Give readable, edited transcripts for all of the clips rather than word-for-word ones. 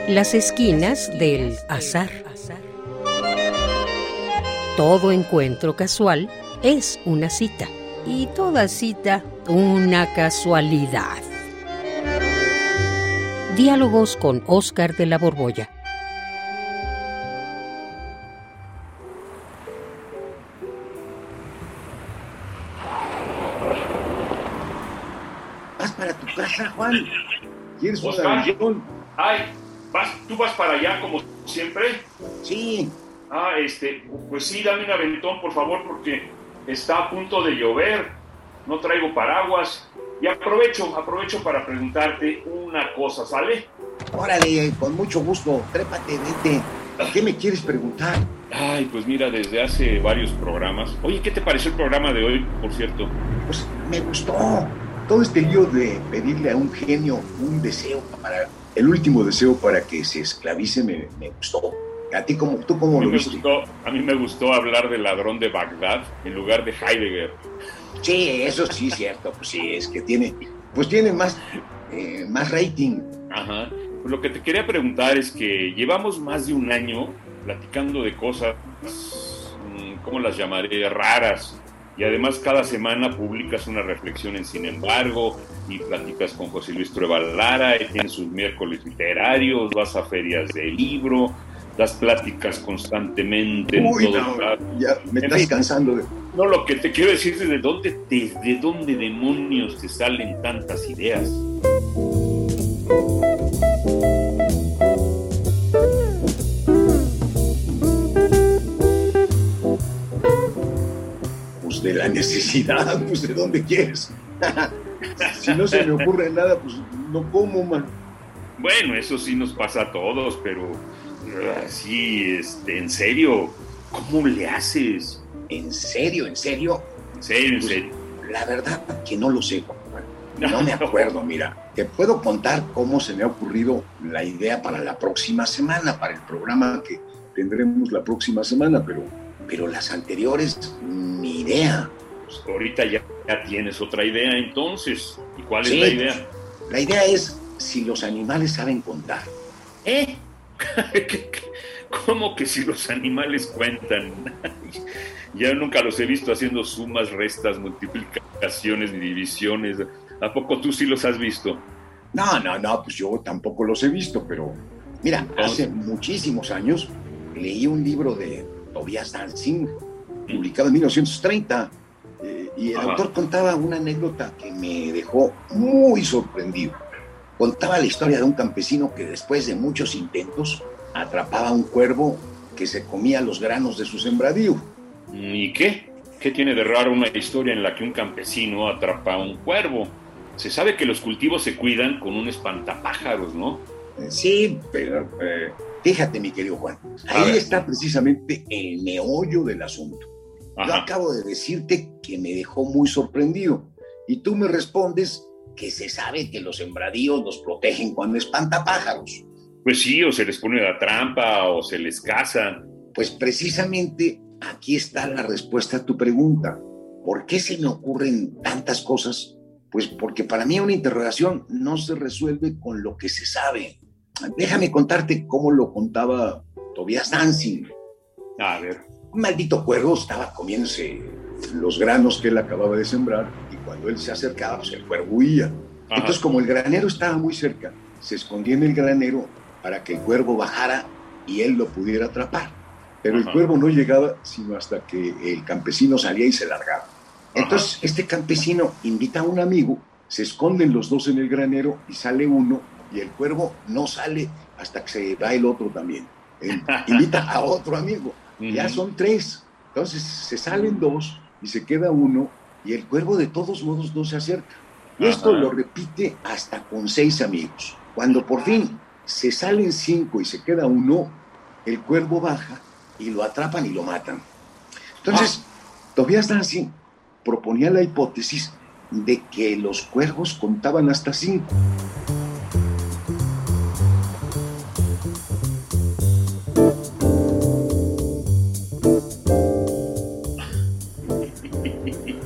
Las esquinas del azar. Todo encuentro casual es una cita y toda cita una casualidad. Diálogos con Óscar de la Borbolla. Vas para tu casa, Juan. ¿Quieres un Óscar? avillón? Ay, ¿tú vas para allá como siempre? Sí. Pues sí, dame un aventón, por favor, porque está a punto de llover. No traigo paraguas. Y aprovecho para preguntarte una cosa, ¿sale? Órale, con mucho gusto. Trépate, vete. ¿Qué me quieres preguntar? Ay, pues mira, desde hace varios programas. Oye, ¿qué te pareció el programa de hoy, por cierto? Pues me gustó. Todo este lío de pedirle a un genio un deseo para... El último deseo para que se esclavice me gustó. ¿Tú cómo lo viste? A mí me gustó hablar del ladrón de Bagdad en lugar de Heidegger. Sí, eso sí es cierto. Pues sí, es que tiene más rating. Ajá. Pues lo que te quería preguntar es que llevamos más de un año platicando de cosas, ¿cómo las llamaré? Raras. Y además cada semana publicas una reflexión en Sin embargo, y platicas con José Luis Trueba Lara, y tienes sus miércoles literarios, vas a ferias de libro, das pláticas constantemente en todos lados. Ya me estás cansando de... No, lo que te quiero decir es de dónde demonios te salen tantas ideas. Pues de la necesidad, pues de dónde quieres. Si no se me ocurre nada, pues no como, man. Bueno, eso sí nos pasa a todos, pero sí, en serio, ¿cómo le haces? ¿En serio? En serio. La verdad que no lo sé, Juan. No me acuerdo, mira. Te puedo contar cómo se me ha ocurrido la idea para la próxima semana, para el programa que tendremos la próxima semana, pero las anteriores, ni idea. Pues ahorita ya tienes otra idea, entonces. ¿Y cuál es Sí, la idea? La idea es si los animales saben contar. ¿Cómo que si los animales cuentan? Ya nunca los he visto haciendo sumas, restas, multiplicaciones ni divisiones. ¿A poco tú sí los has visto? No, pues yo tampoco los he visto, pero mira, hace muchísimos años leí un libro de Tobias Dancing, publicado en 1930, y el autor contaba una anécdota que me dejó muy sorprendido. Contaba la historia de un campesino que después de muchos intentos atrapaba a un cuervo que se comía los granos de su sembradío. ¿Y qué? ¿Qué tiene de raro una historia en la que un campesino atrapa a un cuervo? Se sabe que los cultivos se cuidan con un espantapájaros, ¿no? Sí, pero fíjate, mi querido Juan, ahí está precisamente el meollo del asunto. Yo acabo de decirte que me dejó muy sorprendido y tú me respondes que se sabe que los sembradíos los protegen con espantapájaros. Pues sí, o se les pone la trampa o se les caza. Pues precisamente aquí está la respuesta a tu pregunta. ¿Por qué se me ocurren tantas cosas? Pues porque para mí una interrogación no se resuelve con lo que se sabe. Déjame contarte cómo lo contaba Tobias Dancing. A ver. Un maldito cuervo estaba comiéndose los granos que él acababa de sembrar y cuando él se acercaba, pues el cuervo huía. Entonces, como el granero estaba muy cerca, se escondía en el granero para que el cuervo bajara y él lo pudiera atrapar. Pero el cuervo no llegaba sino hasta que el campesino salía y se largaba. Entonces, este campesino invita a un amigo, se esconden los dos en el granero y sale uno y el cuervo no sale hasta que se va el otro también. Invita a otro amigo, ya son tres. Entonces se salen dos y se queda uno y el cuervo de todos modos no se acerca. Y esto lo repite hasta con 6 amigos. Cuando por fin se salen 5 y se queda uno, el cuervo baja y lo atrapan y lo matan. Entonces, Tobias Dancing proponía la hipótesis de que los cuervos contaban hasta 5.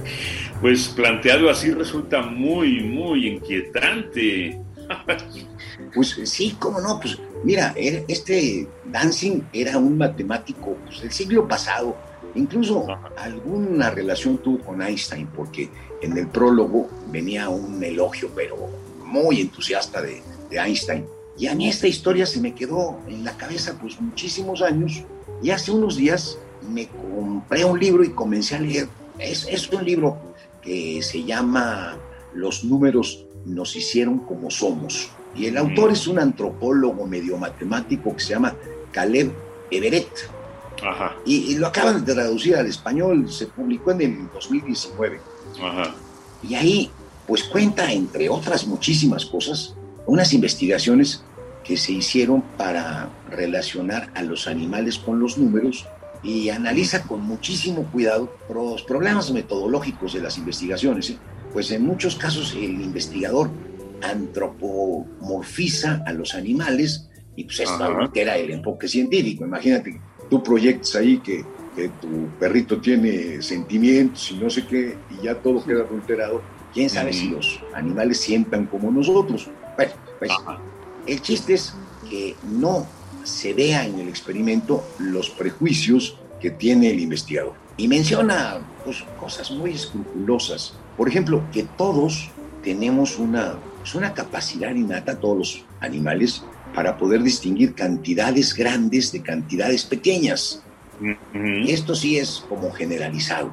Pues planteado así resulta muy, muy inquietante. Pues sí, cómo no, pues mira, este Dantzig era un matemático pues, del siglo pasado, incluso alguna relación tuvo con Einstein, porque en el prólogo venía un elogio, pero muy entusiasta de Einstein. Y a mí esta historia se me quedó en la cabeza pues muchísimos años, y hace unos días me compré un libro y comencé a leer. Es un libro que se llama Los números nos hicieron como somos. Y el autor es un antropólogo medio matemático que se llama Caleb Everett. Ajá. Y lo acaban de traducir al español, se publicó en el 2019. Ajá. Y ahí, pues cuenta, entre otras muchísimas cosas, unas investigaciones que se hicieron para relacionar a los animales con los números y analiza con muchísimo cuidado los problemas metodológicos de las investigaciones. Pues en muchos casos el investigador antropomorfiza a los animales y pues esto era el enfoque científico. Imagínate, tú proyectas ahí que tu perrito tiene sentimientos y no sé qué, y ya todo queda adulterado. ¿Quién sabe si los animales sientan como nosotros? Bueno, pues el chiste es que no se vea en el experimento los prejuicios que tiene el investigador. Y menciona pues, cosas muy escrupulosas. Por ejemplo, que todos tenemos una capacidad innata, todos los animales, para poder distinguir cantidades grandes de cantidades pequeñas. Esto sí es como generalizado.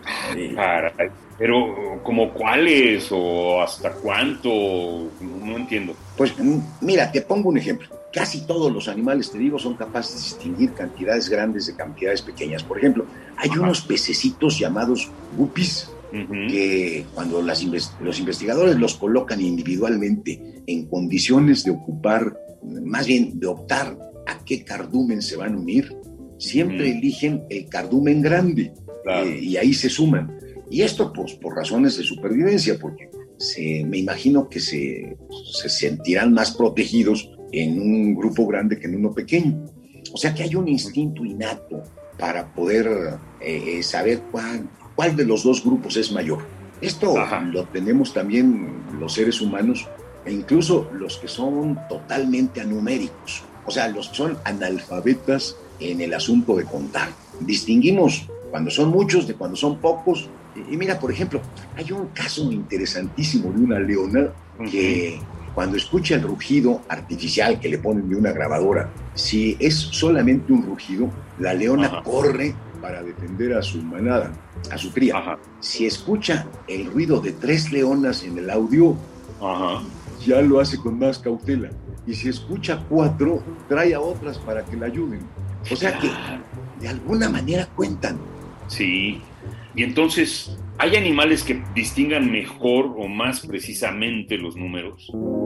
Pero, ¿como cuáles o hasta cuánto? No entiendo. Pues mira, te pongo un ejemplo. Casi todos los animales, te digo, son capaces de distinguir cantidades grandes de cantidades pequeñas. Por ejemplo, hay unos pececitos llamados guppies que cuando los investigadores los colocan individualmente en condiciones de ocupar, más bien de optar a qué cardumen se van a unir, siempre eligen el cardumen grande. Claro. Y ahí se suman. Y esto pues por razones de supervivencia, porque me imagino que se sentirán más protegidos en un grupo grande que en uno pequeño. O sea que hay un instinto innato para poder saber cuál de los dos grupos es mayor. Esto lo tenemos también los seres humanos, e incluso los que son totalmente anuméricos, o sea, los que son analfabetas en el asunto de contar. Distinguimos cuando son muchos de cuando son pocos. Y mira, por ejemplo, hay un caso interesantísimo de una leona que cuando escucha el rugido artificial que le ponen de una grabadora, si es solamente un rugido, la leona corre para defender a su manada, a su cría. Si escucha el ruido de 3 leonas en el audio, ya lo hace con más cautela. Y si escucha 4, trae a otras para que la ayuden. O sea que de alguna manera cuentan. Sí. Y entonces, ¿hay animales que distingan mejor o más precisamente los números?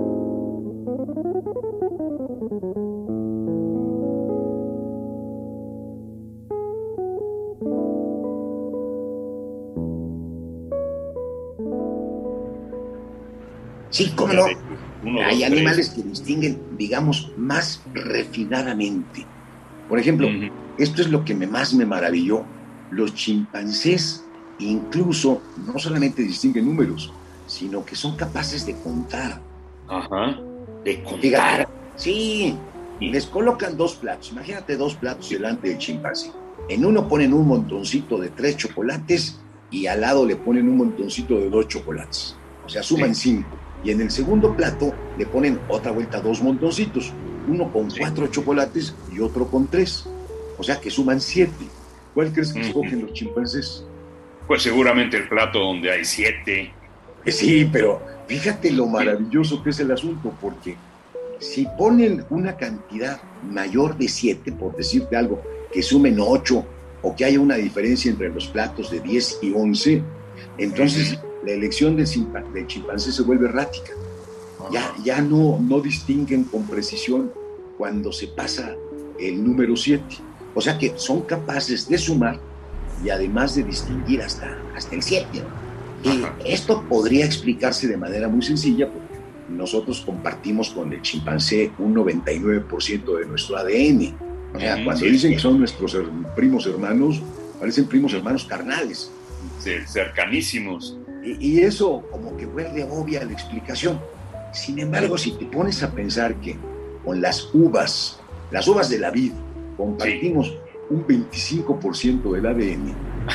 Sí, cómo no. Hay animales que distinguen, digamos, más refinadamente. Por ejemplo, esto es lo que más me maravilló. Los chimpancés incluso no solamente distinguen números, sino que son capaces de contar. De contar. Fíjate, sí, les colocan 2 platos. Imagínate 2 platos delante del chimpancé. En uno ponen un montoncito de 3 chocolates y al lado le ponen un montoncito de 2 chocolates. O sea, suman 5. Y en el segundo plato le ponen otra vuelta 2 montoncitos. Uno con 4 chocolates y otro con 3. O sea que suman 7. ¿Cuál crees que escogen los chimpancés? Pues seguramente el plato donde hay 7. Sí, pero fíjate lo maravilloso que es el asunto, porque si ponen una cantidad mayor de 7, por decirte algo, que sumen 8, o que haya una diferencia entre los platos de 10 y 11, entonces la elección del chimpancé se vuelve errática. Ya no distinguen con precisión cuando se pasa el número 7. O sea que son capaces de sumar y además de distinguir hasta el 7. Y esto podría explicarse de manera muy sencilla porque nosotros compartimos con el chimpancé un 99% de nuestro ADN. O sea, cuando dicen que son nuestros primos hermanos, parecen primos hermanos carnales. Cercanísimos. Y eso como que vuelve obvia la explicación. Sin embargo, si te pones a pensar que con las uvas de la vid, compartimos un 25% del ADN,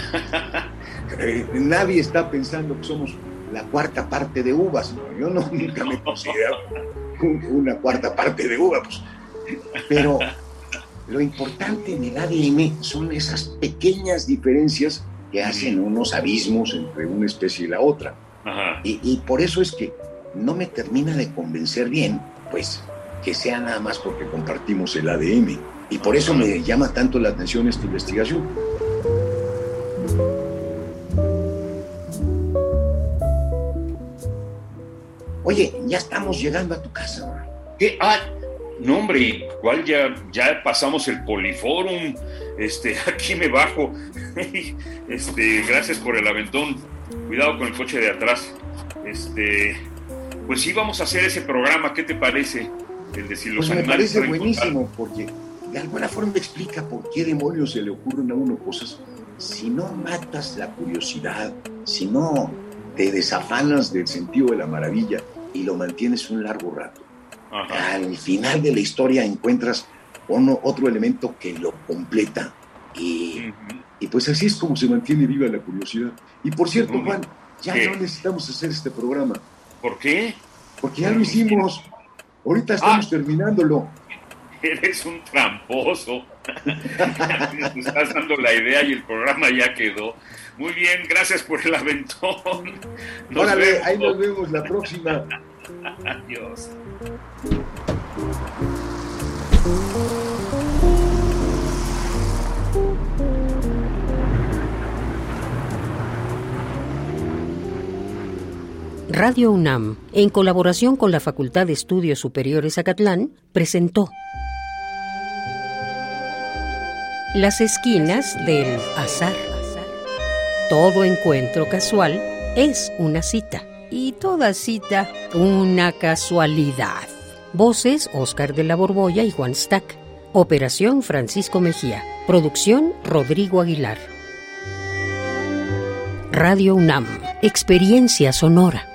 nadie está pensando que somos la cuarta parte de uvas, ¿no? Yo nunca me considero una cuarta parte de uvas, pues. Pero lo importante en el ADN son esas pequeñas diferencias que hacen unos abismos entre una especie y la otra. Y por eso es que no me termina de convencer bien, pues, que sea nada más porque compartimos el ADN. Y por eso me llama tanto la atención esta investigación. Oye, ya estamos llegando a tu casa. ¿Qué? No, hombre, ¿cuál? Ya pasamos el Poliforum. Aquí me bajo. Gracias por el aventón. Cuidado con el coche de atrás. Pues sí, vamos a hacer ese programa. ¿Qué te parece? El de si los pues animales me parece buenísimo, porque de alguna forma explica por qué demonios se le ocurren a uno cosas. Si no matas la curiosidad, si no te desafanas del sentido de la maravilla y lo mantienes un largo rato, al final de la historia encuentras otro elemento que lo completa. Y pues así es como se mantiene viva la curiosidad. Y por cierto, Juan, ya no necesitamos hacer este programa. ¿Por qué? Porque ya lo hicimos. Ahorita estamos terminándolo. Eres un tramposo. Me estás dando la idea y el programa ya quedó. Muy bien, gracias por el aventón. Órale, ahí nos vemos la próxima. Adiós. Radio UNAM, en colaboración con la Facultad de Estudios Superiores Acatlán, presentó Las esquinas del azar. Todo encuentro casual es una cita, y toda cita una casualidad. Voces: Óscar de la Borbolla y Juan Stack. Operación: Francisco Mejía. Producción: Rodrigo Aguilar. Radio UNAM, experiencia sonora.